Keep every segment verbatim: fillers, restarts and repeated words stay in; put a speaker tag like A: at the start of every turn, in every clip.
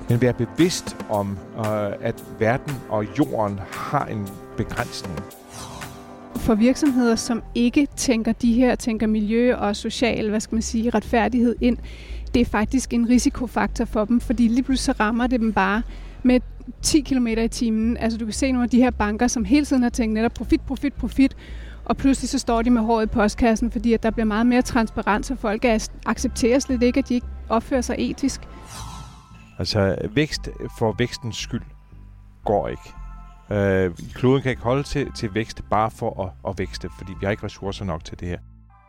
A: Men være bevidst om, øh, at verden og jorden har en begrænsning.
B: For virksomheder, som ikke tænker de her, tænker miljø og social, hvad skal man sige, retfærdighed ind, det er faktisk en risikofaktor for dem, fordi lige pludselig så rammer det dem bare med ti kilometer i timen. Altså du kan se nogle af de her banker, som hele tiden har tænkt netop profit, profit, profit, og pludselig så står de med håret i postkassen, fordi at der bliver meget mere transparens, og folk accepterer slet ikke, at de ikke opfører sig etisk.
A: Altså vækst for vækstens skyld går ikke. Øh, kloden kan ikke holde til, til vækst bare for at, at vækste, fordi vi har ikke ressourcer nok til det her.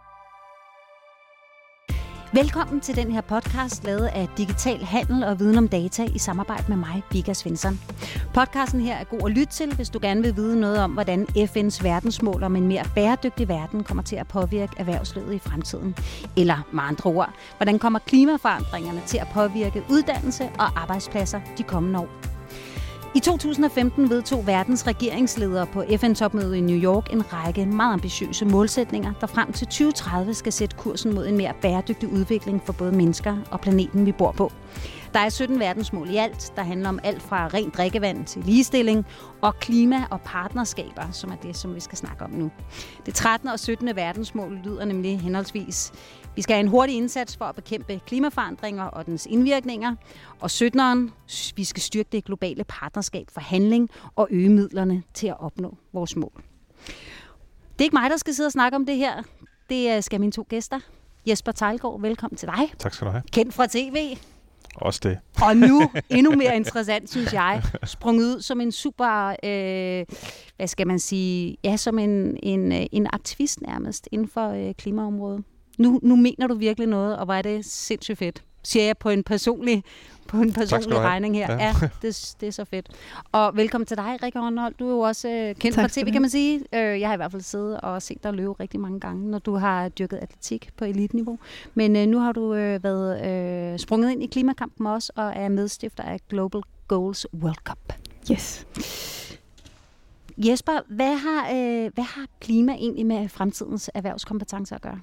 C: Velkommen til den her podcast, lavet af Digital Handel og Viden om Data i samarbejde med mig, Vika Svensson. Podcasten her er god at lytte til, hvis du gerne vil vide noget om, hvordan F N's verdensmål om en mere bæredygtig verden kommer til at påvirke erhvervslivet i fremtiden. Eller med andre ord, hvordan kommer klimaforandringerne til at påvirke uddannelse og arbejdspladser de kommende år. I to tusind og femten vedtog verdens regeringsledere på F N-topmødet i New York en række meget ambitiøse målsætninger, der frem til tyve tredive skal sætte kursen mod en mere bæredygtig udvikling for både mennesker og planeten, vi bor på. Der er sytten verdensmål i alt, der handler om alt fra rent drikkevand til ligestilling og klima og partnerskaber, som er det, som vi skal snakke om nu. Det trettende og syttende verdensmål lyder nemlig henholdsvis: vi skal have en hurtig indsats for at bekæmpe klimaforandringer og dens indvirkninger, og syttende vi skal styrke det globale partnerskab for handling og øge midlerne til at opnå vores mål. Det er ikke mig, der skal sidde og snakke om det her. Det skal mine to gæster. Jesper Theilgaard, velkommen til dig.
A: Tak skal du have.
C: Kendt fra tv.
A: Også det.
C: Og nu, endnu mere interessant, synes jeg, sprunget ud som en super, øh, hvad skal man sige, ja, som en, en, en aktivist nærmest inden for øh, klimaområdet. Nu, nu mener du virkelig noget, og hvor er det sindssygt fedt. Siger jeg på en personlig, på en personlig regning her. Ja, ja det, det er så fedt. Og velkommen til dig, Rikke Rønholt. Du er jo også øh, kendt fra tv, kan man sige. Øh, jeg har i hvert fald siddet og set dig løbe rigtig mange gange, når du har dyrket atletik på eliteniveau. Men øh, nu har du øh, været øh, sprunget ind i klimakampen også, og er medstifter af Global Goals World Cup.
B: Yes.
C: Jesper, hvad har, øh, hvad har klima egentlig med fremtidens erhvervskompetencer at gøre?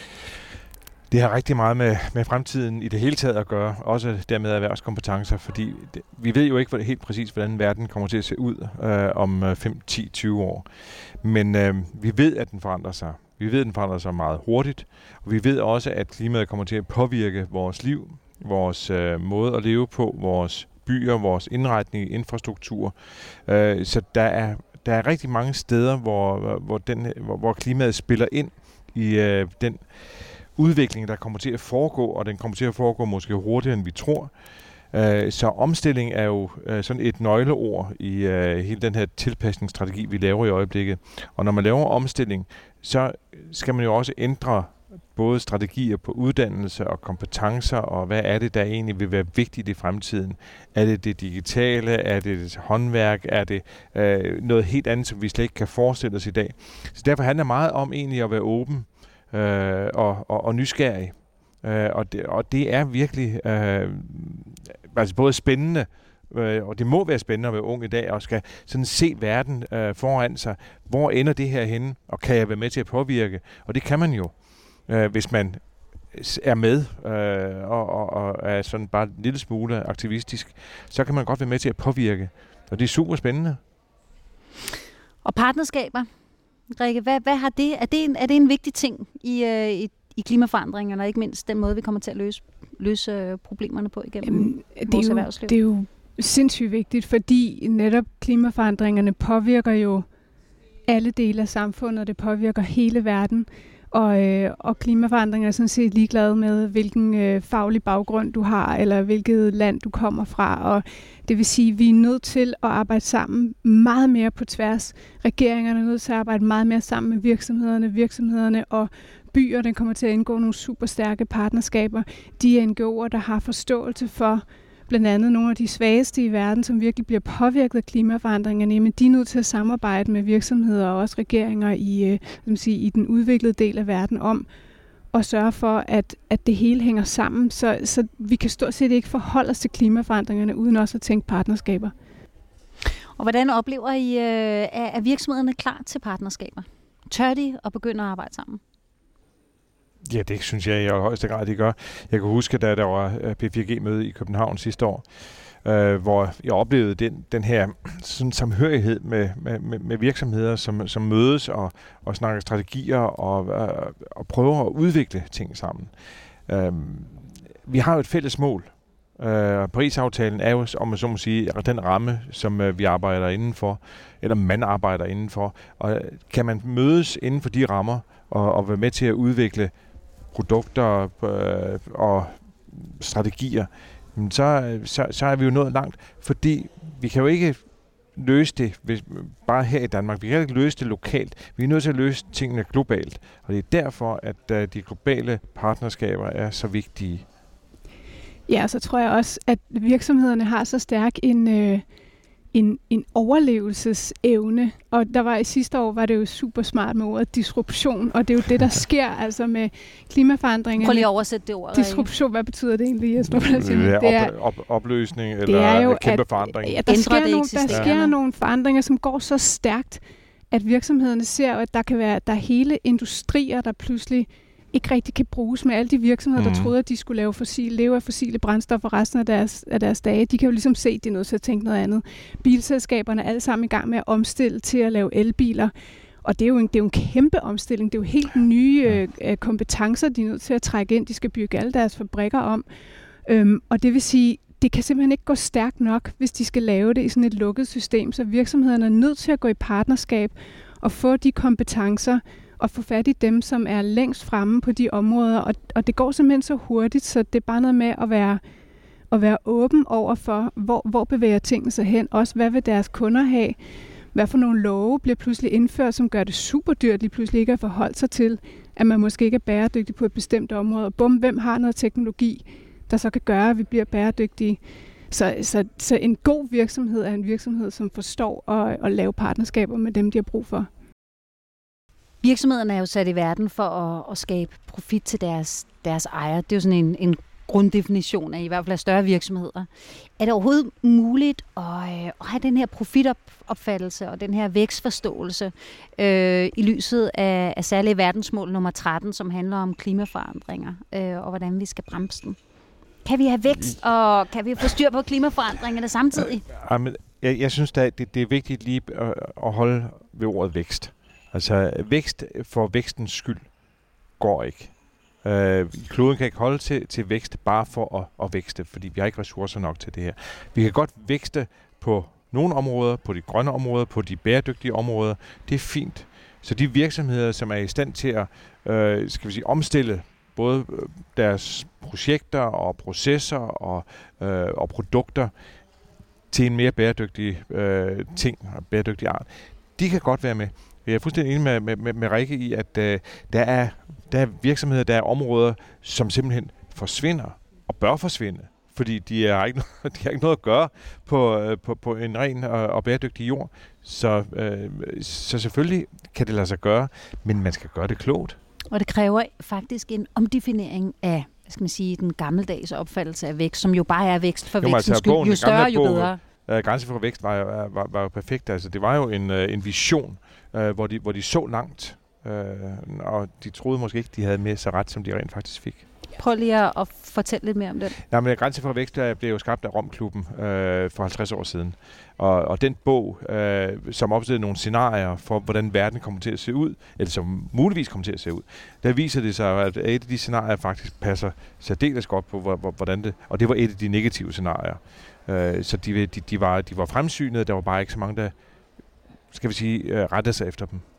A: Det har rigtig meget med, med fremtiden i det hele taget at gøre, også dermed erhvervskompetencer, fordi det, vi ved jo ikke helt præcis, hvordan verden kommer til at se ud øh, om fem, ti, tyve år. Men øh, vi ved, at den forandrer sig. Vi ved, at den forandrer sig meget hurtigt, og vi ved også, at klimaet kommer til at påvirke vores liv, vores øh, måde at leve på, vores byer, vores indretning, infrastruktur. Øh, så der er, der er rigtig mange steder, hvor, hvor, den, hvor, hvor klimaet spiller ind i øh, den udvikling, der kommer til at foregå, og den kommer til at foregå måske hurtigere, end vi tror. Så omstilling er jo sådan et nøgleord i hele den her tilpasningsstrategi, vi laver i øjeblikket. Og når man laver omstilling, så skal man jo også ændre både strategier på uddannelse og kompetencer, og hvad er det, der egentlig vil være vigtigt i fremtiden? Er det det digitale? Er det det håndværk? Er det øh, noget helt andet, som vi slet ikke kan forestille os i dag? Så derfor handler det meget om egentlig at være åben Øh, og, og, og nysgerrig. Øh, og, det, og det er virkelig øh, altså både spændende, øh, og det må være spændende at være ung i dag, og skal sådan se verden øh, foran sig. Hvor ender det her henne, og kan jeg være med til at påvirke? Og det kan man jo, øh, hvis man er med øh, og, og, og er sådan bare en lille smule aktivistisk, så kan man godt være med til at påvirke. Og det er super spændende.
C: Og partnerskaber? Rikke, hvad, hvad har det? Er det en, er det en vigtig ting i, øh, i, i klimaforandringerne, og ikke mindst den måde, vi kommer til at løse, løse øh, problemerne på igennem Jamen, vores
B: jo,
C: erhvervsliv?
B: Det er jo sindssygt vigtigt, fordi netop klimaforandringerne påvirker jo alle dele af samfundet, og det påvirker hele verden. Og, øh, og klimaforandringer er sådan set ligeglade med, hvilken øh, faglig baggrund du har, eller hvilket land du kommer fra. Og det vil sige, at vi er nødt til at arbejde sammen meget mere på tværs. Regeringerne er nødt til at arbejde meget mere sammen med virksomhederne. Virksomhederne og byerne kommer til at indgå nogle super stærke partnerskaber. De N G O'er, der har forståelse for blandt andet nogle af de svageste i verden, som virkelig bliver påvirket af klimaforandringerne, men de er nødt til at samarbejde med virksomheder og også regeringer i, øh, sige, i den udviklede del af verden om at sørge for, at, at det hele hænger sammen, så, så vi kan stort set ikke forholde os til klimaforandringerne, uden også at tænke partnerskaber.
C: Og hvordan oplever I, øh, er virksomhederne klar til partnerskaber? Tør de at begynde at arbejde sammen?
A: Ja, det synes jeg i højeste grad, de gør. Jeg kan huske, da der var P fire G-møde i København sidste år, øh, hvor jeg oplevede den, den her sådan, samhørighed med, med, med virksomheder, som, som mødes og, og snakker strategier og, øh, og prøver at udvikle ting sammen. Øh, vi har jo et fælles mål. Uh, Paris-aftalen er jo, om man så må sige, den ramme, som uh, vi arbejder indenfor, eller man arbejder indenfor. Og kan man mødes inden for de rammer og, og være med til at udvikle produkter uh, og strategier, så, så, så er vi jo nået langt, fordi vi kan jo ikke løse det hvis, bare her i Danmark. Vi kan ikke løse det lokalt. Vi er nødt til at løse tingene globalt. Og det er derfor, at uh, de globale partnerskaber er så vigtige.
B: Ja, så tror jeg også, at virksomhederne har så stærk en, øh, en, en overlevelsesevne. Og der var i sidste år, var det jo super smart med ordet disruption, og det er jo det, der sker altså med klimaforandringerne.
C: Prøv lige at oversætte det ord.
B: Disruption, hvad betyder det egentlig? Jeg
A: det er, det er op, op, opløsning eller
B: det er jo,
A: kæmpe
B: at,
A: forandring.
B: Ja, der sker, nogle, der sker nogle forandringer, som går så stærkt, at virksomhederne ser, at der kan være der er hele industrier, der pludselig ikke rigtig kan bruges med alle de virksomheder, mm. der troede, at de skulle lave fossil, leve af fossile brændstoffer resten af deres, af deres dage. De kan jo ligesom se, at de er nødt til at tænke noget andet. Bilselskaberne er alle sammen i gang med at omstille til at lave elbiler, og det er jo en, det er jo en kæmpe omstilling. Det er jo helt nye øh, kompetencer, de er nødt til at trække ind. De skal bygge alle deres fabrikker om. Øhm, og det vil sige, det kan simpelthen ikke gå stærkt nok, hvis de skal lave det i sådan et lukket system. Så virksomhederne er nødt til at gå i partnerskab og få de kompetencer, og få fat i dem, som er længst fremme på de områder. Og, og det går simpelthen så hurtigt, så det er bare noget med at være, at være åben over for, hvor, hvor bevæger tingene sig hen. Også hvad vil deres kunder have? Hvad for nogle love bliver pludselig indført, som gør det super dyrt lige pludselig ikke at forholde sig til, at man måske ikke er bæredygtig på et bestemt område. Og bum, hvem har noget teknologi, der så kan gøre, at vi bliver bæredygtige? Så, så, så en god virksomhed er en virksomhed, som forstår at, at lave partnerskaber med dem, de har brug for.
C: Virksomhederne er jo sat i verden for at, at skabe profit til deres, deres ejere. Det er jo sådan en, en grunddefinition af i hvert fald af større virksomheder. Er det overhovedet muligt at, at have den her profitopfattelse og den her vækstforståelse øh, i lyset af, af særligt verdensmål nummer tretten, som handler om klimaforandringer øh, og hvordan vi skal bremse den? Kan vi have vækst, og kan vi få styr på klimaforandringerne samtidig?
A: Jeg, jeg synes, at det, det er vigtigt lige at, at holde ved ordet vækst. Altså, vækst for vækstens skyld går ikke. Øh, kloden kan ikke holde til, til vækst bare for at, at vækste, fordi vi har ikke ressourcer nok til det her. Vi kan godt vækste på nogle områder, på de grønne områder, på de bæredygtige områder. Det er fint. Så de virksomheder, som er i stand til at øh, skal vi sige, omstille både deres projekter og processer og, øh, og produkter til en mere bæredygtig øh, ting og bæredygtig art, de kan godt være med. Jeg er fuldstændig enig med, med, med Rikke i, at øh, der, er, der er virksomheder, der er områder, som simpelthen forsvinder og bør forsvinde, fordi de, er ikke, de har ikke noget at gøre på, på, på en ren og, og bæredygtig jord. Så, øh, så selvfølgelig kan det lade sig gøre, men man skal gøre det klogt.
C: Og det kræver faktisk en omdefinering af, hvad skal man sige, den gammeldags opfattelse af vækst, som jo bare er vækst for vækstens altså, skyld. Jo større, jo bedre.
A: Uh, Grænse for vækst var, var, var jo perfekt. Altså, det var jo en, uh, en vision, uh, hvor, de, hvor de så langt, uh, og de troede måske ikke, de havde med så ret, som de rent faktisk fik.
C: Prøv lige at fortælle lidt mere om det.
A: Ja, men Grænse for vækst blev jo skabt af Romklubben uh, for halvtreds år siden. Og, og den bog, uh, som opstillede nogle scenarier for, hvordan verden kommer til at se ud, eller som muligvis kommer til at se ud, der viser det sig, at et af de scenarier faktisk passer særdeles godt på, hvordan det, og det var et af de negative scenarier. Uh, så de, de, de, var, de var fremsynede, der var bare ikke så mange, der, skal vi sige, uh, rettede sig efter dem.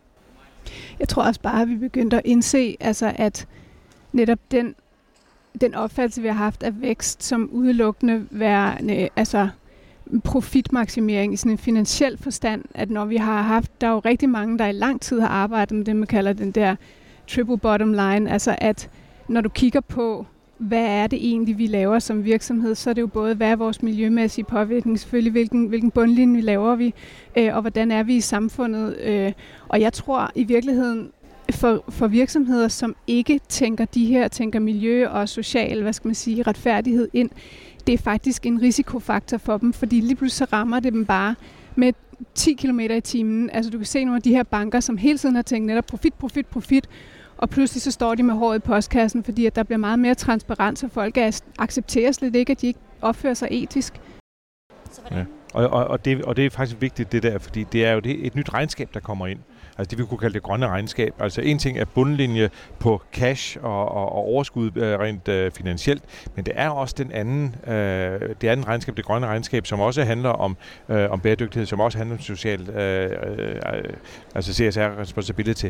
B: Jeg tror også bare, at vi begyndte at indse, altså, at netop den, den opfattelse, vi har haft af vækst, som udelukkende værende, altså profitmaksimering i sådan en finansiel forstand, at når vi har haft, der er jo rigtig mange, der i lang tid har arbejdet med det, man kalder den der triple bottom line, altså at når du kigger på, hvad er det egentlig, vi laver som virksomhed, så er det jo både, hvad er vores miljømæssige påvirkning, selvfølgelig, hvilken, hvilken bundlinje laver vi, øh, og hvordan er vi i samfundet. Øh, og jeg tror i virkeligheden, for, for virksomheder, som ikke tænker de her, tænker miljø og social, hvad skal man sige, retfærdighed ind, det er faktisk en risikofaktor for dem, fordi lige pludselig så rammer det dem bare med ti kilometer i timen. Altså du kan se nogle af de her banker, som hele tiden har tænkt netop profit, profit, profit, Og pludselig så står de med håret i postkassen, fordi at der bliver meget mere transparens, og folk er, accepterer slet ikke, at de ikke opfører sig etisk.
A: Ja. Og, og, og, det, og det er faktisk vigtigt det der, fordi det er jo det, et nyt regnskab, der kommer ind. Altså det vi kunne kalde det grønne regnskab. Altså en ting er bundlinje på cash og, og, og overskud øh, rent øh, finansielt, men det er også den anden, øh, det andet regnskab, det grønne regnskab, som også handler om, øh, om bæredygtighed, som også handler om social, øh, øh, altså C S R responsibility.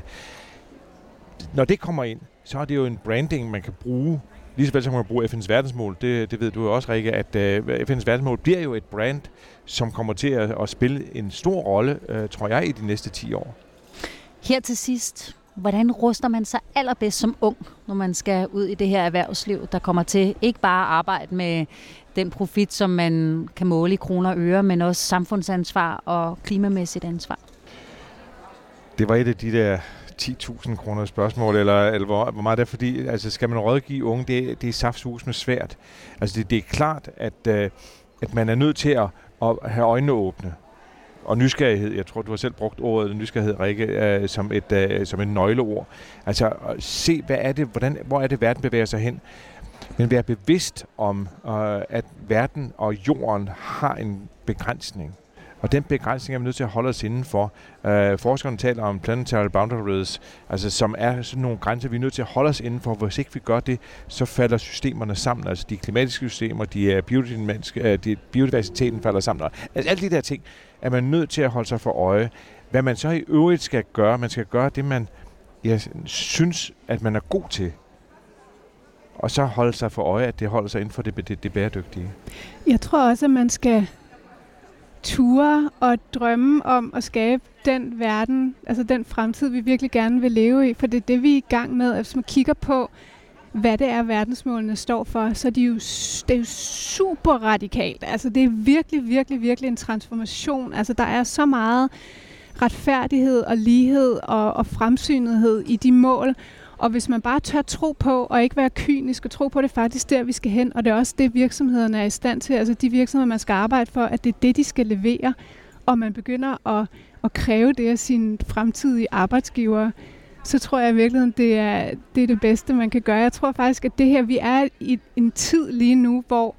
A: Når det kommer ind, så er det jo en branding, man kan bruge. Lige så vel som man kan bruge F N's verdensmål, det, det ved du jo også, Rikke, at uh, F N's verdensmål bliver jo et brand, som kommer til at, at spille en stor rolle, uh, tror jeg, i de næste ti år.
C: Her til sidst, hvordan ruster man sig allerbedst som ung, når man skal ud i det her erhvervsliv, der kommer til ikke bare at arbejde med den profit, som man kan måle i kroner og øre, men også samfundsansvar og klimamæssigt ansvar?
A: Det var et af de der ti tusind kroner spørgsmål, eller, eller hvor, hvor meget det er, fordi altså, skal man rådgive unge, det, det er saftsus med svært. Altså det, det er klart, at, øh, at man er nødt til at, at have øjnene åbne. Og nysgerrighed, jeg tror, du har selv brugt ordet nysgerrighed, Rikke, øh, som et øh, som et nøgleord. Altså se, hvad er det, hvordan, hvor er det, verden bevæger sig hen. Men være bevidst om, øh, at verden og jorden har en begrænsning. Og den begrænsning er vi nødt til at holde os indenfor. Uh, forskerne taler om planetary boundaries, altså som er sådan nogle grænser, vi er nødt til at holde os indenfor. Hvis ikke vi gør det, så falder systemerne sammen. Altså de klimatiske systemer, de er biodiversiteten, biodiversiteten falder sammen. Altså alle de der ting er man nødt til at holde sig for øje. Hvad man så i øvrigt skal gøre, man skal gøre det, man ja, synes, at man er god til. Og så holde sig for øje, at det holder sig inden for det, det, det bæredygtige. Jeg
B: tror også, at man skal ture og drømme om at skabe den verden, altså den fremtid, vi virkelig gerne vil leve i. For det er det, vi er i gang med. Hvis man kigger på, hvad det er, verdensmålene står for, så er de jo, det er jo super radikalt. Altså det er virkelig, virkelig, virkelig en transformation. Altså der er så meget retfærdighed og lighed og, og fremsynethed i de mål. Og hvis man bare tør tro på, og ikke være kynisk, og tro på, at det er faktisk der, vi skal hen, og det er også det, virksomhederne er i stand til, altså de virksomheder, man skal arbejde for, at det er det, de skal levere, og man begynder at, at kræve det af sine fremtidige arbejdsgivere, så tror jeg i virkeligheden, det er, det er det bedste, man kan gøre. Jeg tror faktisk, at det her, vi er i en tid lige nu, hvor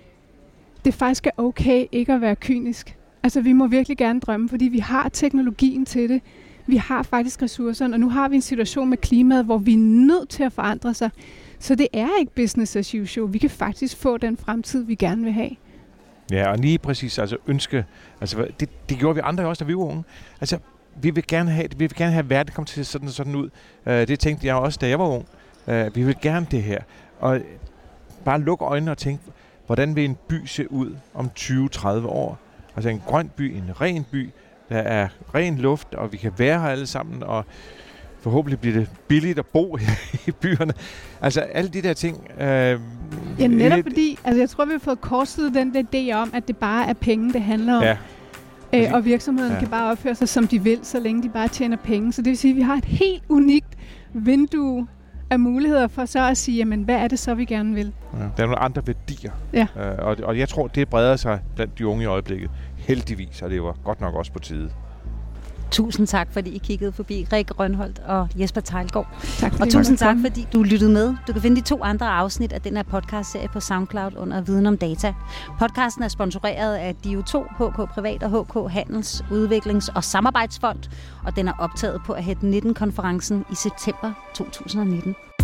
B: det faktisk er okay ikke at være kynisk. Altså vi må virkelig gerne drømme, fordi vi har teknologien til det. Vi har faktisk ressourcerne, og nu har vi en situation med klimaet, hvor vi er nødt til at forandre sig. Så det er ikke business as usual. Vi kan faktisk få den fremtid, vi gerne vil have.
A: Ja, og lige præcis, altså ønske, altså det, det gjorde vi andre også, da vi var unge. Altså, vi vil gerne have, vi vil gerne have verden komme til sådan sådan ud. Uh, det tænkte jeg også, da jeg var ung. Uh, vi vil gerne det her. Og bare lukke øjnene og tænke, hvordan vil en by se ud om tyve til tredive år? Altså en grøn by, en ren by, der er ren luft, og vi kan være her alle sammen, og forhåbentlig bliver det billigt at bo i byerne. Altså alle de der ting. Øh,
B: ja, netop fordi, altså jeg tror, vi har fået korset den der idé om, at det bare er penge, det handler om.
A: Ja.
B: Øh, og virksomheden ja. kan bare opføre sig, som de vil, så længe de bare tjener penge. Så det vil sige, at vi har et helt unikt vindue af muligheder for så at sige, jamen, hvad er det så, vi gerne vil?
A: Ja, der er nogle andre værdier.
B: Ja.
A: Øh, og, og jeg tror, det breder sig blandt de unge i øjeblikket. Heldigvis, og det var godt nok også på tide.
C: Tusind tak, fordi I kiggede forbi. Rikke Rønholt og Jesper Teglgaard.
B: Tak,
C: og tusind tak, fordi du lyttede med. Du kan finde de to andre afsnit af den her podcast-serie på SoundCloud under Viden om Data. Podcasten er sponsoreret af D I O to, H K Privat og H K Handels Udviklings- og Samarbejdsfond, og den er optaget på A H E D nitten-konferencen i september to tusind og nitten.